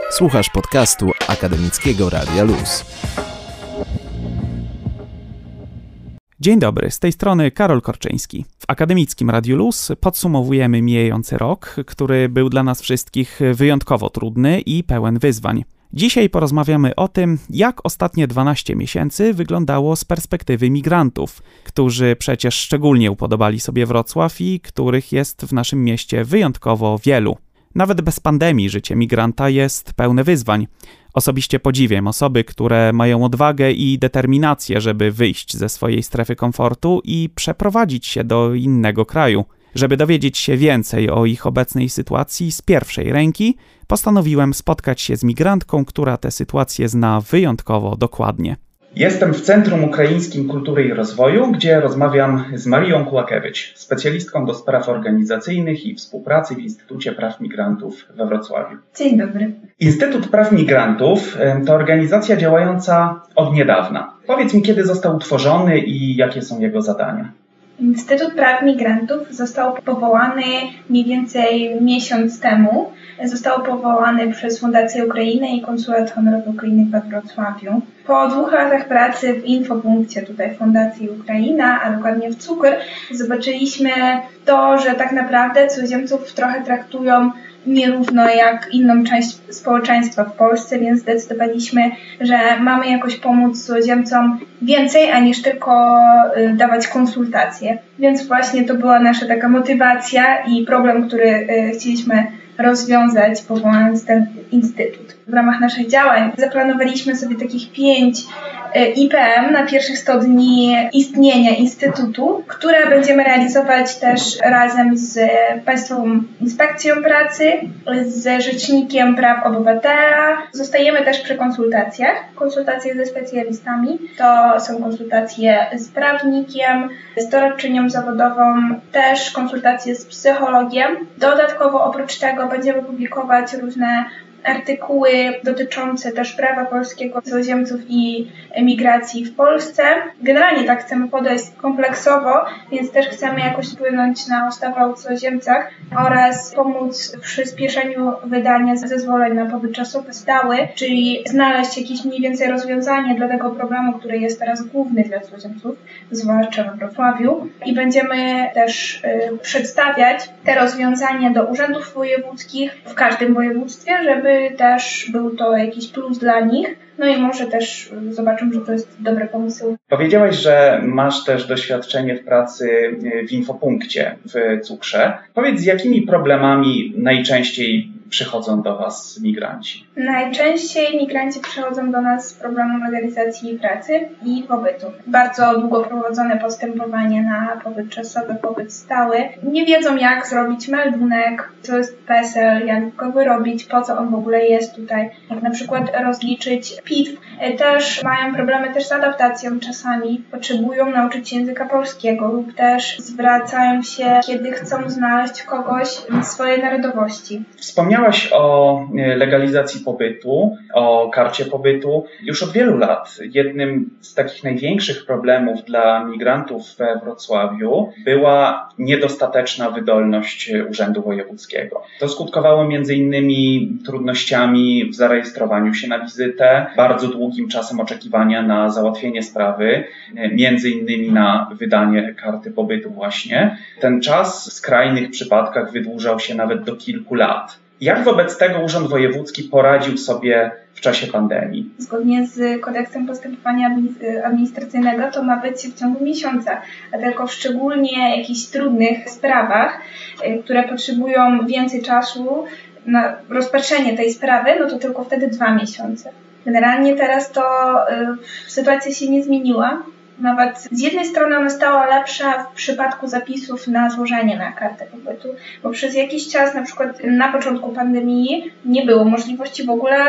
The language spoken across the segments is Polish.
Słuchasz podcastu Akademickiego Radia Luz. Dzień dobry, z tej strony Karol Korczyński. W Akademickim Radiu Luz podsumowujemy mijający rok, który był dla nas wszystkich wyjątkowo trudny i pełen wyzwań. Dzisiaj porozmawiamy o tym, jak ostatnie 12 miesięcy wyglądało z perspektywy migrantów, którzy przecież szczególnie upodobali sobie Wrocław i których jest w naszym mieście wyjątkowo wielu. Nawet bez pandemii życie migranta jest pełne wyzwań. Osobiście podziwiam osoby, które mają odwagę i determinację, żeby wyjść ze swojej strefy komfortu i przeprowadzić się do innego kraju. Żeby dowiedzieć się więcej o ich obecnej sytuacji z pierwszej ręki, postanowiłem spotkać się z migrantką, która tę sytuację zna wyjątkowo dokładnie. Jestem w Centrum Ukraińskim Kultury i Rozwoju, gdzie rozmawiam z Marią Kulakiewicz, specjalistką do spraw organizacyjnych i współpracy w Instytucie Praw Migrantów we Wrocławiu. Dzień dobry. Instytut Praw Migrantów to organizacja działająca od niedawna. Powiedz mi, kiedy został utworzony i jakie są jego zadania? Instytut Praw Migrantów został powołany mniej więcej miesiąc temu. Został powołany przez Fundację Ukrainy i Konsulat Honorowy Ukrainy we Wrocławiu. Po 2 latach pracy w infopunkcie tutaj Fundacji Ukraina, a dokładnie w Cukr, zobaczyliśmy to, że tak naprawdę cudzoziemców trochę traktują nierówno jak inną część społeczeństwa w Polsce, więc zdecydowaliśmy, że mamy jakoś pomóc cudzoziemcom więcej, aniż tylko dawać konsultacje. Więc właśnie to była nasza taka motywacja i problem, który chcieliśmy rozwiązać, powołując ten instytut. W ramach naszych działań zaplanowaliśmy sobie takich 5 IPM na pierwszych 100 dni istnienia Instytutu, które będziemy realizować też razem z Państwową Inspekcją Pracy, z Rzecznikiem Praw Obywatela. Zostajemy też przy konsultacjach. Konsultacje ze specjalistami to są konsultacje z prawnikiem, z doradczynią zawodową, też konsultacje z psychologiem. Dodatkowo oprócz tego będziemy publikować różne artykuły dotyczące też prawa polskiego, cudzoziemców i emigracji w Polsce. Generalnie tak chcemy podejść kompleksowo, więc też chcemy jakoś wpłynąć na ustawę o cudzoziemcach oraz pomóc w przyspieszeniu wydania zezwoleń na pobyt czasowy stały, czyli znaleźć jakieś mniej więcej rozwiązanie dla tego problemu, który jest teraz główny dla cudzoziemców, zwłaszcza we Wrocławiu. I będziemy też przedstawiać te rozwiązania do urzędów wojewódzkich w każdym województwie, żeby też był to jakiś plus dla nich. No i może też zobaczymy, że to jest dobry pomysł. Powiedziałaś, że masz też doświadczenie w pracy w infopunkcie w Cukrze. Powiedz, z jakimi problemami najczęściej przychodzą do Was migranci? Najczęściej migranci przychodzą do nas z problemem legalizacji pracy i pobytu. Bardzo długo prowadzone postępowanie na pobyt czasowy, pobyt stały. Nie wiedzą, jak zrobić meldunek, co jest PESEL, jak go wyrobić, po co on w ogóle jest tutaj, jak na przykład rozliczyć PIT. Też mają problemy też z adaptacją czasami, potrzebują nauczyć się języka polskiego lub też zwracają się, kiedy chcą znaleźć kogoś swojej narodowości. Wspomniałaś o legalizacji pobytu, o karcie pobytu. Już od wielu lat jednym z takich największych problemów dla migrantów we Wrocławiu była niedostateczna wydolność Urzędu Wojewódzkiego. To skutkowało m.in. trudnościami w zarejestrowaniu się na wizytę, bardzo długim czasem oczekiwania na załatwienie sprawy, m.in. na wydanie karty pobytu właśnie. Ten czas w skrajnych przypadkach wydłużał się nawet do kilku lat. Jak wobec tego Urząd Wojewódzki poradził sobie w czasie pandemii? Zgodnie z kodeksem postępowania administracyjnego to ma być w ciągu miesiąca, a tylko w szczególnie jakichś trudnych sprawach, które potrzebują więcej czasu na rozpatrzenie tej sprawy, no to tylko wtedy 2 miesiące. Generalnie teraz to sytuacja się nie zmieniła. Nawet z jednej strony ona stała lepsza w przypadku zapisów na złożenie na kartę pobytu, bo przez jakiś czas, na przykład na początku pandemii, nie było możliwości w ogóle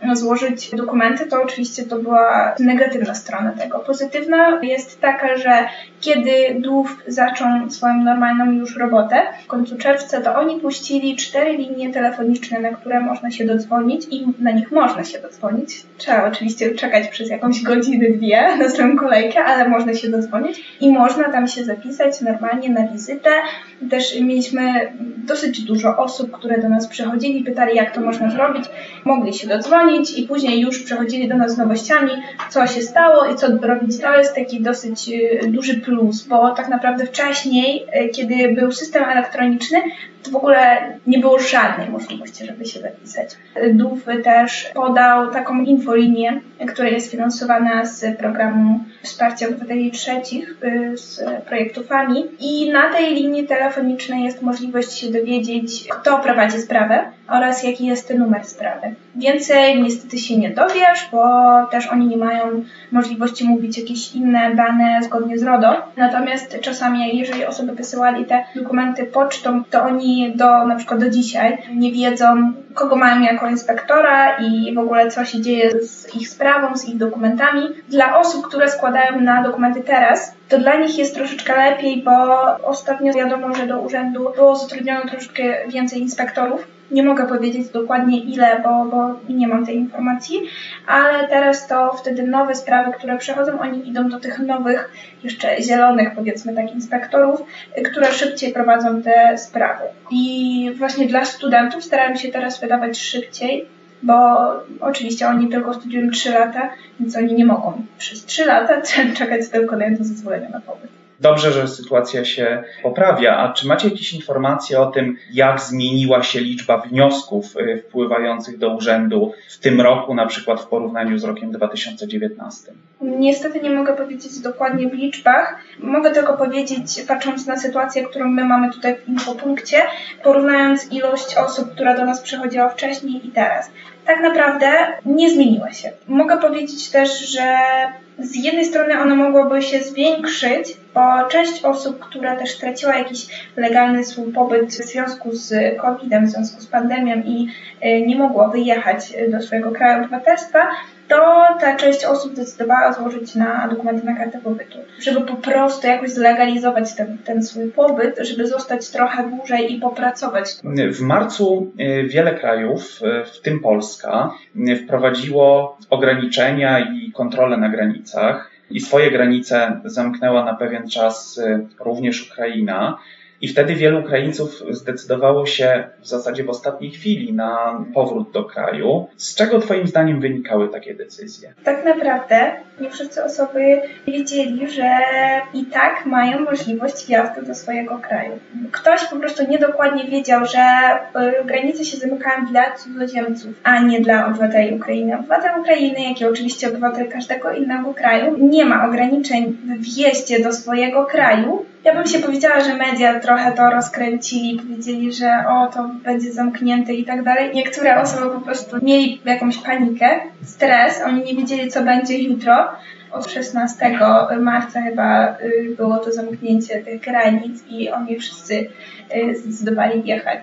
złożyć dokumenty, to oczywiście to była negatywna strona tego. Pozytywna jest taka, że kiedy DUF zaczął swoją normalną już robotę w końcu czerwca, to oni puścili 4 linie telefoniczne, na które można się dodzwonić i na nich można się dodzwonić. Trzeba oczywiście czekać przez jakąś godzinę, 2 na swoją kolejkę, ale można się dodzwonić i można tam się zapisać normalnie na wizytę. Też mieliśmy dosyć dużo osób, które do nas przychodzili, pytali, jak to można zrobić. Mogli się dodzwonić i później już przychodzili do nas z nowościami, co się stało i co robić. To jest taki dosyć duży plus, bo tak naprawdę wcześniej, kiedy był system elektroniczny, to w ogóle nie było żadnej możliwości, żeby się zapisać. DUF też podał taką infolinię, która jest finansowana z programu Wsparcia Obywateli Trzecich, z projektu FAMI. I na tej linii telefonicznej jest możliwość się dowiedzieć, kto prowadzi sprawę oraz jaki jest numer sprawy. Więcej niestety się nie dowiesz, bo też oni nie mają możliwości mówić jakieś inne dane zgodnie z RODO. Natomiast czasami, jeżeli osoby wysyłali te dokumenty pocztą, to oni na przykład do dzisiaj nie wiedzą, kogo mają jako inspektora i w ogóle co się dzieje z ich sprawą, z ich dokumentami. Dla osób, które składają na dokumenty teraz, to dla nich jest troszeczkę lepiej, bo ostatnio wiadomo, że do urzędu było zatrudniono troszeczkę więcej inspektorów. Nie mogę powiedzieć dokładnie ile, bo nie mam tej informacji, ale teraz to wtedy nowe sprawy, które przechodzą, oni idą do tych nowych, jeszcze zielonych, powiedzmy tak, inspektorów, które szybciej prowadzą te sprawy. I właśnie dla studentów starałem się teraz wydawać szybciej, bo oczywiście oni tylko studiują 3 lata, więc oni nie mogą przez 3 lata czekać tylko na jedno zezwolenie na pobyt. Dobrze, że sytuacja się poprawia. A czy macie jakieś informacje o tym, jak zmieniła się liczba wniosków wpływających do urzędu w tym roku, na przykład w porównaniu z rokiem 2019? Niestety nie mogę powiedzieć dokładnie w liczbach. Mogę tylko powiedzieć, patrząc na sytuację, którą my mamy tutaj w infopunkcie, porównując ilość osób, która do nas przychodziła wcześniej i teraz. Tak naprawdę nie zmieniła się. Mogę powiedzieć też, że z jednej strony ono mogłoby się zwiększyć, bo część osób, która też straciła jakiś legalny swój pobyt w związku z COVID-em, w związku z pandemią i nie mogła wyjechać do swojego kraju obywatelstwa, to ta część osób zdecydowała złożyć na dokumenty na kartę pobytu, żeby po prostu jakoś zlegalizować ten swój pobyt, żeby zostać trochę dłużej i popracować. W marcu wiele krajów, w tym Polska, wprowadziło ograniczenia i kontrole na granicach i swoje granice zamknęła na pewien czas również Ukraina. I wtedy wielu Ukraińców zdecydowało się w zasadzie w ostatniej chwili na powrót do kraju. Z czego Twoim zdaniem wynikały takie decyzje? Tak naprawdę nie wszyscy osoby wiedzieli, że i tak mają możliwość wjazdu do swojego kraju. Ktoś po prostu niedokładnie wiedział, że granice się zamykają dla cudzoziemców, a nie dla obywateli Ukrainy. Obywatel Ukrainy, jak i oczywiście obywatel każdego innego kraju, nie ma ograniczeń w wjeździe do swojego kraju. Ja bym się powiedziała, że media trochę to rozkręcili, powiedzieli, że to będzie zamknięte i tak dalej. Niektóre osoby po prostu mieli jakąś panikę, stres, oni nie wiedzieli, co będzie jutro. Od 16 marca chyba było to zamknięcie tych granic i oni wszyscy zdecydowali jechać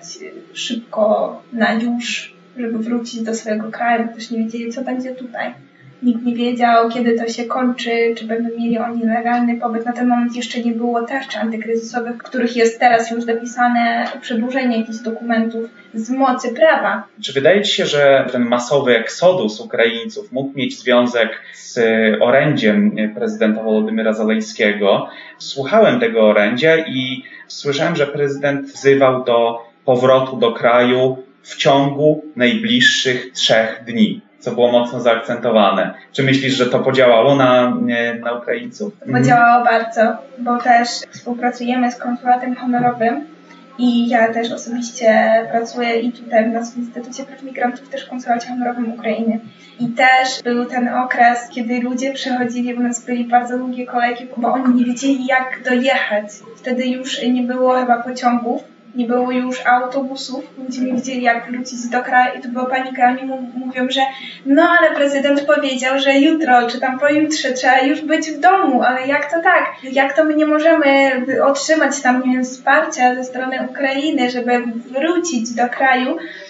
szybko na już, żeby wrócić do swojego kraju, bo też nie wiedzieli, co będzie tutaj. Nikt nie wiedział, kiedy to się kończy, czy będą mieli oni legalny pobyt. Na ten moment jeszcze nie było tarcz antykryzysowych, w których jest teraz już zapisane przedłużenie jakichś dokumentów z mocy prawa. Czy wydaje Ci się, że ten masowy eksodus Ukraińców mógł mieć związek z orędziem prezydenta Wołodymyra Zełenskiego? Słuchałem tego orędzia i słyszałem, że prezydent wzywał do powrotu do kraju w ciągu najbliższych 3 dni. Co było mocno zaakcentowane. Czy myślisz, że to podziałało na Ukraińców? Podziałało bardzo, bo też współpracujemy z konsulatem honorowym i ja też osobiście pracuję i tutaj w naszym Instytucie Praw Migrantów, też w konsulacie honorowym Ukrainy. I też był ten okres, kiedy ludzie przychodzili, u nas byli bardzo długie kolejki, bo oni nie wiedzieli, jak dojechać. Wtedy już nie było chyba pociągów, nie było już autobusów, ludzie nie wiedzieli, jak wrócić do kraju i to była panika. Oni mówią, że ale prezydent powiedział, że jutro czy tam pojutrze trzeba już być w domu, ale jak to tak? Jak to my nie możemy otrzymać tam, wsparcia ze strony Ukrainy, żeby wrócić do kraju?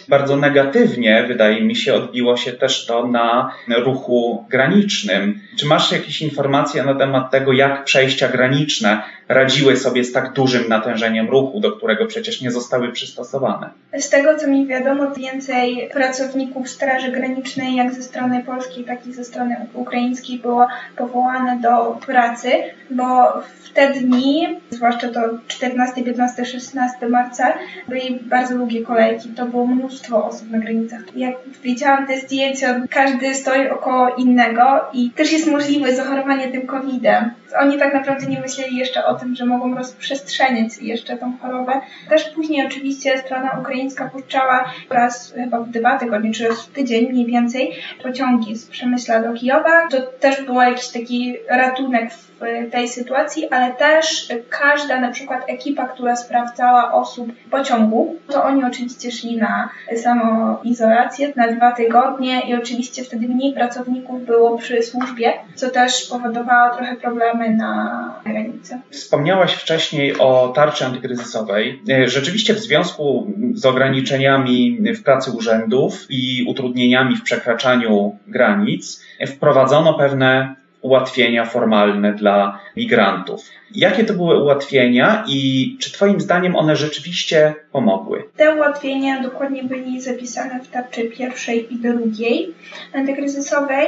bardzo negatywnie, wydaje mi się, odbiło się też to na ruchu granicznym. Czy masz jakieś informacje na temat tego, jak przejścia graniczne radziły sobie z tak dużym natężeniem ruchu, do którego przecież nie zostały przystosowane? Z tego, co mi wiadomo, więcej pracowników Straży Granicznej, jak ze strony polskiej, tak i ze strony ukraińskiej, było powołane do pracy, bo w te dni, zwłaszcza to 14, 15, 16 marca, były bardzo długie kolejki. To było mnóstwo osób na granicach. Jak widziałam te zdjęcia, każdy stoi około innego i też jest możliwe zachorowanie tym COVID-em. Oni tak naprawdę nie myśleli jeszcze o tym, że mogą rozprzestrzeniać jeszcze tą chorobę. Też później oczywiście strona ukraińska puszczała raz chyba w 2 tygodnie, czy raz w tydzień mniej więcej pociągi z Przemyśla do Kijowa. To też był jakiś taki ratunek w tej sytuacji, ale też każda na przykład ekipa, która sprawdzała osób w pociągu, to oni oczywiście szli na samoizolację na 2 tygodnie i oczywiście wtedy mniej pracowników było przy służbie, co też powodowało trochę problemy na granicy. Wspomniałaś wcześniej o tarczy antykryzysowej. Rzeczywiście w związku z ograniczeniami w pracy urzędów i utrudnieniami w przekraczaniu granic wprowadzono pewne ułatwienia formalne dla migrantów. Jakie to były ułatwienia i czy Twoim zdaniem one rzeczywiście pomogły? Te ułatwienia dokładnie byli zapisane w tarczy 1. i 2. antykryzysowej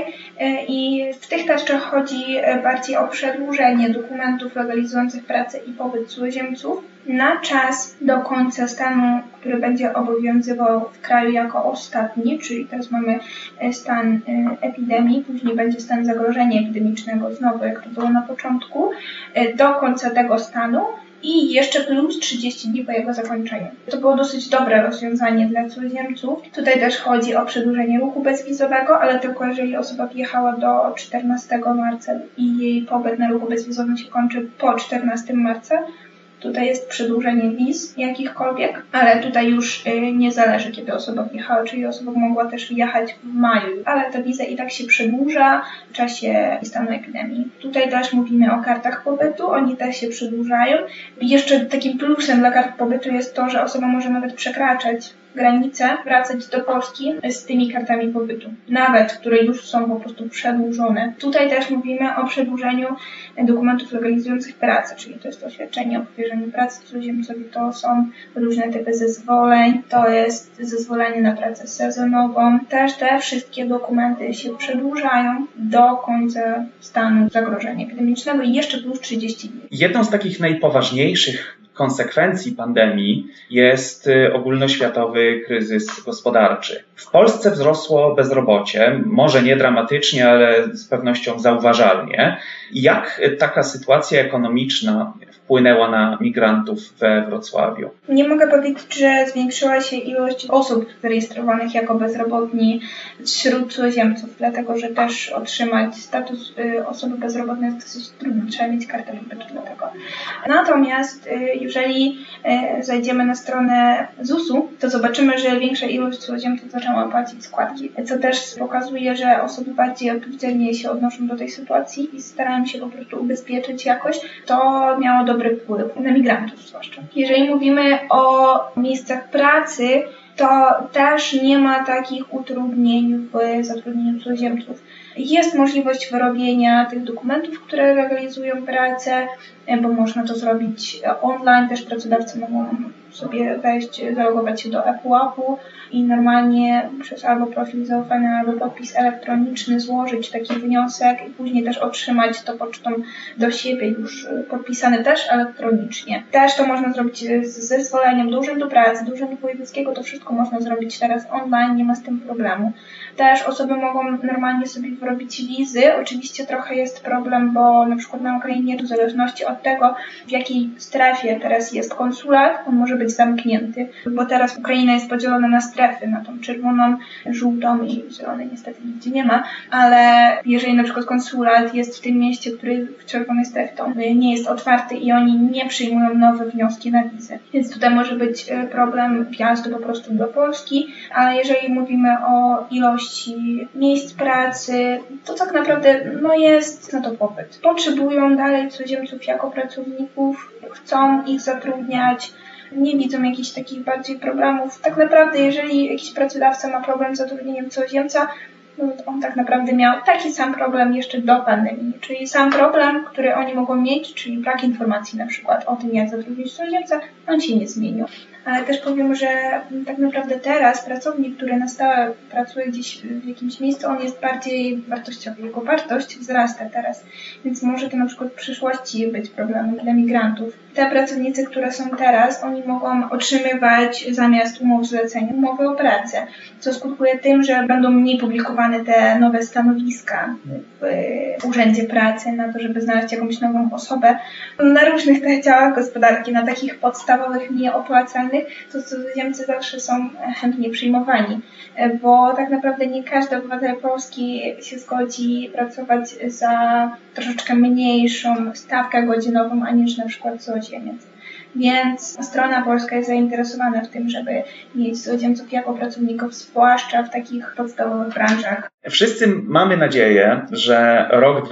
i w tych tarczach chodzi bardziej o przedłużenie dokumentów legalizujących pracę i pobyt cudzoziemców na czas do końca stanu, który będzie obowiązywał w kraju jako ostatni, czyli teraz mamy stan epidemii, później będzie stan zagrożenia epidemicznego znowu, jak to było na początku, do końca tego stanu i jeszcze plus 30 dni po jego zakończeniu. To było dosyć dobre rozwiązanie dla cudzoziemców. Tutaj też chodzi o przedłużenie ruchu bezwizowego, ale tylko jeżeli osoba wjechała do 14 marca i jej pobyt na ruchu bezwizowym się kończy po 14 marca. Tutaj jest przedłużenie wiz jakichkolwiek, ale tutaj już nie zależy, kiedy osoba wjechała, czyli osoba mogła też wjechać w maju, ale ta wiza i tak się przedłuża w czasie stanu epidemii. Tutaj też mówimy o kartach pobytu, oni też się przedłużają. Jeszcze takim plusem dla kart pobytu jest to, że osoba może nawet przekraczać granicę, wracać do Polski z tymi kartami pobytu, nawet które już są po prostu przedłużone. Tutaj też mówimy o przedłużeniu dokumentów legalizujących pracę, czyli to jest oświadczenie o powierzeniu pracy cudzoziemcowi, to są różne typy zezwoleń, to jest zezwolenie na pracę sezonową. Też te wszystkie dokumenty się przedłużają do końca stanu zagrożenia epidemicznego i jeszcze plus 30 dni. Jedną z takich najpoważniejszych konsekwencji pandemii jest ogólnoświatowy kryzys gospodarczy. W Polsce wzrosło bezrobocie, może nie dramatycznie, ale z pewnością zauważalnie. Jak taka sytuacja ekonomiczna wpłynęła na migrantów we Wrocławiu? Nie mogę powiedzieć, że zwiększyła się ilość osób zarejestrowanych jako bezrobotni wśród cudzoziemców, dlatego że też otrzymać status osoby bezrobotnej jest dosyć trudno, trzeba mieć kartę pobytu dla tego. Natomiast jeżeli zajdziemy na stronę ZUS-u, to zobaczymy, że większa ilość cudzoziemców zaczęła płacić składki, co też pokazuje, że osoby bardziej odpowiedzialnie się odnoszą do tej sytuacji i starają się po prostu ubezpieczyć jakoś. To miało dobry wpływ na migrantów zwłaszcza. Jeżeli mówimy o miejscach pracy, to też nie ma takich utrudnień w zatrudnieniu cudzoziemców. Jest możliwość wyrobienia tych dokumentów, które legalizują pracę, bo można to zrobić online. Też pracodawcy mogą sobie wejść, zalogować się do ePUAP-u i normalnie przez albo profil zaufany, albo podpis elektroniczny złożyć taki wniosek i później też otrzymać to pocztą do siebie już podpisane też elektronicznie. Też to można zrobić z zezwoleniem do Urzędu Pracy, do Urzędu Wojewódzkiego, to wszystko można zrobić teraz online, nie ma z tym problemu. Też osoby mogą normalnie sobie wyrobić wizy. Oczywiście trochę jest problem, bo na przykład na Ukrainie w zależności od tego, w jakiej strefie teraz jest konsulat, on może być zamknięty, bo teraz Ukraina jest podzielona na strefy, na tą czerwoną, żółtą i zielonej niestety nigdzie nie ma, ale jeżeli na przykład konsulat jest w tym mieście, który w czerwonej strefie, to nie jest otwarty i oni nie przyjmują nowe wnioski na wizę. Więc tutaj może być problem wjazdu po prostu do Polski, ale jeżeli mówimy o ilości miejsc pracy, to tak naprawdę jest na to popyt. Potrzebują dalej cudzoziemców jako pracowników, chcą ich zatrudniać. nie widzą jakichś takich bardziej problemów. Tak naprawdę, jeżeli jakiś pracodawca ma problem z zatrudnieniem cudzoziemca, no to on tak naprawdę miał taki sam problem jeszcze do pandemii, czyli sam problem, który oni mogą mieć, czyli brak informacji na przykład o tym, jak zatrudnić cudzoziemca, on się nie zmienił. Ale też powiem, że tak naprawdę teraz pracownik, który na stałe pracuje gdzieś w jakimś miejscu, on jest bardziej wartościowy. Jego wartość wzrasta teraz, więc może to na przykład w przyszłości być problemem dla migrantów. Te pracownicy, które są teraz, oni mogą otrzymywać zamiast umów zlecenia umowy o pracę, co skutkuje tym, że będą mniej publikowane te nowe stanowiska w Urzędzie Pracy na to, żeby znaleźć jakąś nową osobę. Na różnych tych działach gospodarki, na takich podstawowych, nieopłacalnych, to cudzoziemcy zawsze są chętnie przyjmowani, bo tak naprawdę nie każdy obywatel Polski się zgodzi pracować za troszeczkę mniejszą stawkę godzinową, aniż na przykład cudzoziemiec. Więc strona polska jest zainteresowana w tym, żeby mieć cudzoziemców jako pracowników, zwłaszcza w takich podstawowych branżach. Wszyscy mamy nadzieję, że rok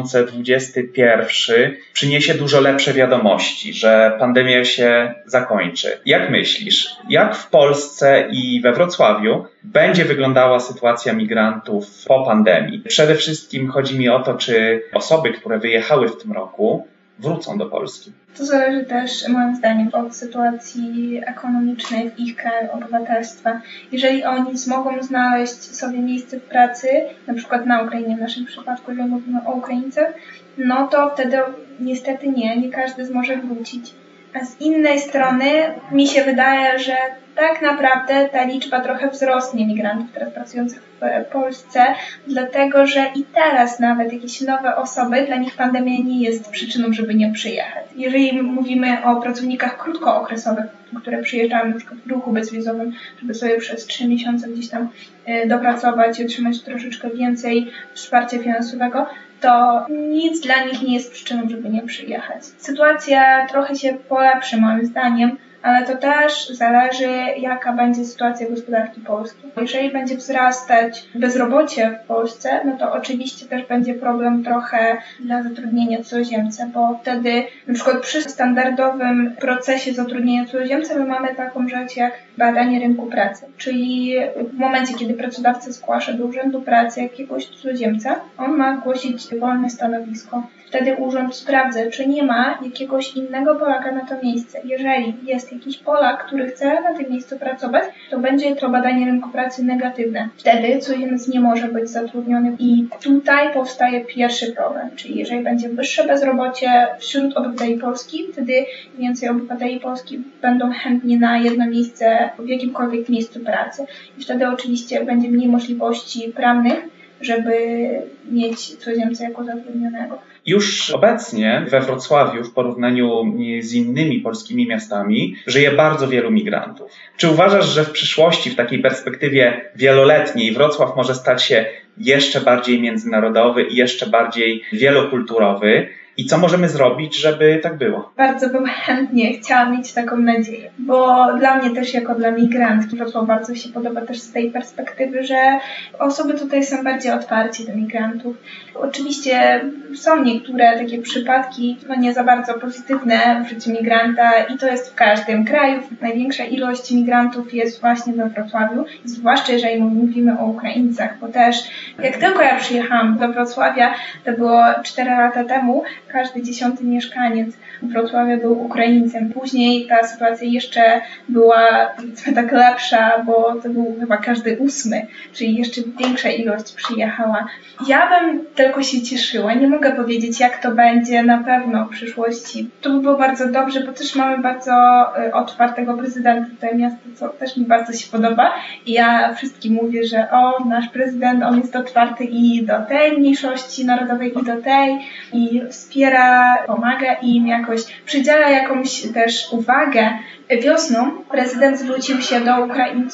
2021 przyniesie dużo lepsze wiadomości, że pandemia się zakończy. Jak myślisz, jak w Polsce i we Wrocławiu będzie wyglądała sytuacja migrantów po pandemii? Przede wszystkim chodzi mi o to, czy osoby, które wyjechały w tym roku, wrócą do Polski. To zależy też moim zdaniem od sytuacji ekonomicznej w ich kraju obywatelstwa. Jeżeli oni zmogą znaleźć sobie miejsce w pracy, na przykład na Ukrainie w naszym przypadku, jeżeli mówimy o Ukraińcach, no to wtedy niestety nie każdy zmoże wrócić. A z innej strony mi się wydaje, że tak naprawdę ta liczba trochę wzrośnie migrantów teraz pracujących w Polsce, dlatego że i teraz nawet jakieś nowe osoby, dla nich pandemia nie jest przyczyną, żeby nie przyjechać. Jeżeli mówimy o pracownikach krótkookresowych, które przyjeżdżają na przykład w ruchu bezwizowym, żeby sobie przez 3 miesiące gdzieś tam dopracować i otrzymać troszeczkę więcej wsparcia finansowego, to nic dla nich nie jest przyczyną, żeby nie przyjechać. Sytuacja trochę się polepszy moim zdaniem, ale to też zależy, jaka będzie sytuacja gospodarki polskiej. Jeżeli będzie wzrastać bezrobocie w Polsce, no to oczywiście też będzie problem trochę dla zatrudnienia cudzoziemca, bo wtedy na przykład przy standardowym procesie zatrudnienia cudzoziemca my mamy taką rzecz jak badanie rynku pracy, czyli w momencie, kiedy pracodawca zgłasza do Urzędu Pracy jakiegoś cudzoziemca, on ma zgłosić wolne stanowisko. Wtedy urząd sprawdza, czy nie ma jakiegoś innego Polaka na to miejsce. Jeżeli jest jakiś Polak, który chce na tym miejscu pracować, to będzie to badanie rynku pracy negatywne. Wtedy cudzoziemiec nie może być zatrudniony i tutaj powstaje pierwszy problem, czyli jeżeli będzie wyższe bezrobocie wśród obywateli Polski, wtedy więcej obywateli Polski będą chętni na jedno miejsce w jakimkolwiek miejscu pracy. I wtedy oczywiście będzie mniej możliwości prawnych, żeby mieć cudzoziemca jako zatrudnionego. Już obecnie we Wrocławiu w porównaniu z innymi polskimi miastami żyje bardzo wielu migrantów. Czy uważasz, że w przyszłości, w takiej perspektywie wieloletniej, Wrocław może stać się jeszcze bardziej międzynarodowy i jeszcze bardziej wielokulturowy? I co możemy zrobić, żeby tak było? Bardzo bym chętnie chciała mieć taką nadzieję, bo dla mnie też jako dla migrantki Wrocław bardzo się podoba też z tej perspektywy, że osoby tutaj są bardziej otwarcie do migrantów. Oczywiście są niektóre takie przypadki, nie za bardzo pozytywne w życiu migranta i to jest w każdym kraju. Największa ilość migrantów jest właśnie we Wrocławiu, zwłaszcza jeżeli mówimy o Ukraińcach, bo też jak tylko ja przyjechałam do Wrocławia, to było 4 lata temu, każdy 10. mieszkaniec Wrocławia był Ukraińcem. Później ta sytuacja jeszcze była tak lepsza, bo to był chyba każdy 8, czyli jeszcze większa ilość przyjechała. Ja bym tylko się cieszyła. Nie mogę powiedzieć, jak to będzie na pewno w przyszłości. To by było bardzo dobrze, bo też mamy bardzo otwartego prezydenta tutaj miasta, co też mi bardzo się podoba. I ja wszystkim mówię, że nasz prezydent, on jest otwarty i do tej mniejszości narodowej, i do tej, i wspiera, pomaga im jakoś, przydziela jakąś też uwagę. Wiosną prezydent zwrócił się do Ukraińców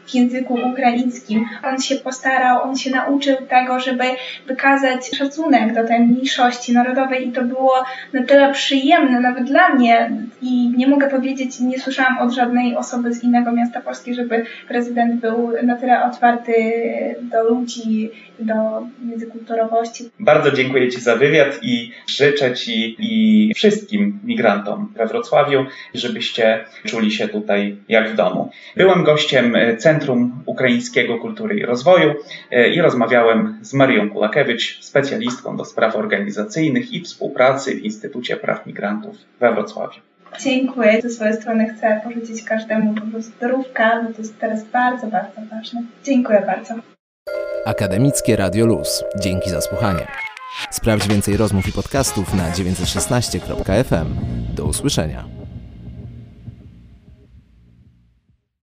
w języku ukraińskim. On się postarał, on się nauczył tego, żeby wykazać szacunek do tej mniejszości narodowej i to było na tyle przyjemne, nawet dla mnie, i nie mogę powiedzieć, nie słyszałam od żadnej osoby z innego miasta Polski, żeby prezydent był na tyle otwarty do ludzi, do międzykulturowości. Bardzo dziękuję Ci za wywiad i życzę Ci i wszystkim migrantom we Wrocławiu, żebyście czuli się tutaj jak w domu. Byłem gościem Centrum Ukraińskiego Kultury i Rozwoju i rozmawiałem z Marią Kulakiewicz, specjalistką do spraw organizacyjnych i współpracy w Instytucie Praw Migrantów we Wrocławiu. Dziękuję. Ze swojej strony chcę pożyczyć każdemu po prostu zdrówka, bo to jest teraz bardzo, bardzo ważne. Dziękuję bardzo. Akademickie Radio Luz. Dzięki za słuchanie. Sprawdź więcej rozmów i podcastów na 916.fm. Do usłyszenia.